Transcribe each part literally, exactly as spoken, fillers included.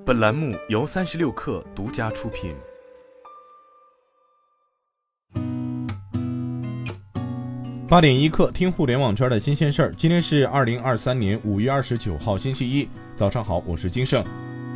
本栏目由三十六氪独家出品。 八点一刻，听互联网圈的新鲜事儿。今天是二零二三年五月二十九号，星期一，早上好，我是金盛。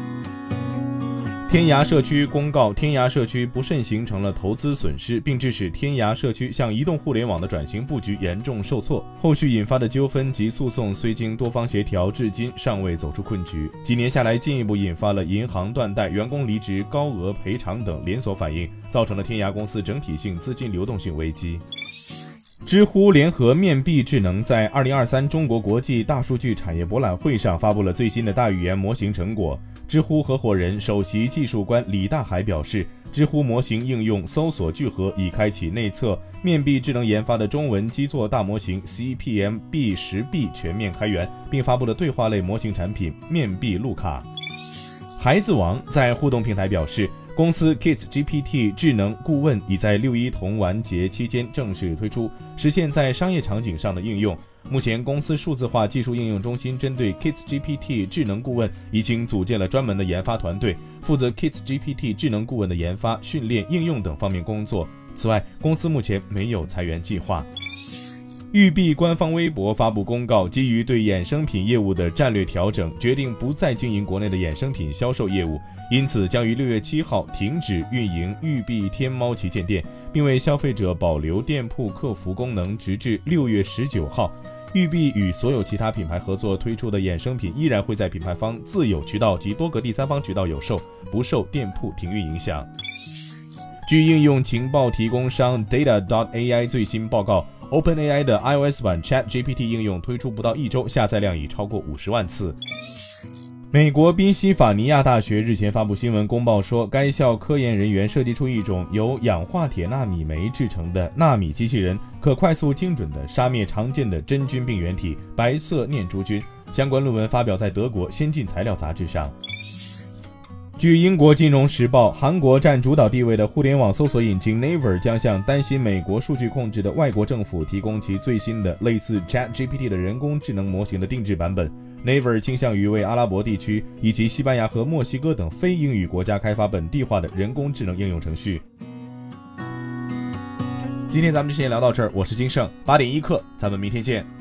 天涯社区公告，天涯社区不慎形成了投资损失，并致使天涯社区向移动互联网的转型布局严重受挫。后续引发的纠纷及诉讼虽经多方协调，至今尚未走出困局。几年下来，进一步引发了银行断贷、员工离职、高额赔偿等连锁反应，造成了天涯公司整体性资金流动性危机。知乎联合面壁智能在二零二三中国国际大数据产业博览会上发布了最新的大语言模型成果。知乎合伙人、首席技术官李大海表示，知乎模型应用搜索聚合已开启内测面壁智能研发的中文基座大模型 C P M B 十 B 全面开源，并发布了对话类模型产品面壁路卡。孩子王在互动平台表示，公司 Kids G P T 智能顾问已在六一童玩节期间正式推出，实现在商业场景上的应用。目前公司数字化技术应用中心针对 Kids G P T 智能顾问已经组建了专门的研发团队，负责 Kids G P T 智能顾问的研发、训练、应用等方面工作。此外，公司目前没有裁员计划。育碧官方微博发布公告，基于对衍生品业务的战略调整，决定不再经营国内的衍生品销售业务，因此将于六月七号停止运营育碧天猫旗舰店，并为消费者保留店铺客服功能，直至六月十九号。育碧与所有其他品牌合作推出的衍生品依然会在品牌方自有渠道及多个第三方渠道有售，不受店铺停运影响。据应用情报提供商 Data dot A I 最新报告， OpenAI 的 iOS 版 ChatGPT 应用推出不到一周，下载量已超过五十万次。美国宾夕法尼亚大学日前发布新闻公报说，该校科研人员设计出一种由氧化铁纳米酶制成的纳米机器人，可快速精准地杀灭常见的真菌病原体白色念珠菌。相关论文发表在德国先进材料杂志上。据英国金融时报，韩国占主导地位的互联网搜索引擎 Naver 将向担心美国数据控制的外国政府提供其最新的类似 ChatGPT 的人工智能模型的定制版本。Naver 倾向于为阿拉伯地区以及西班牙和墨西哥等非英语国家开发本地化的人工智能应用程序。今天咱们就先聊到这儿，我是金盛，八点一刻，咱们明天见。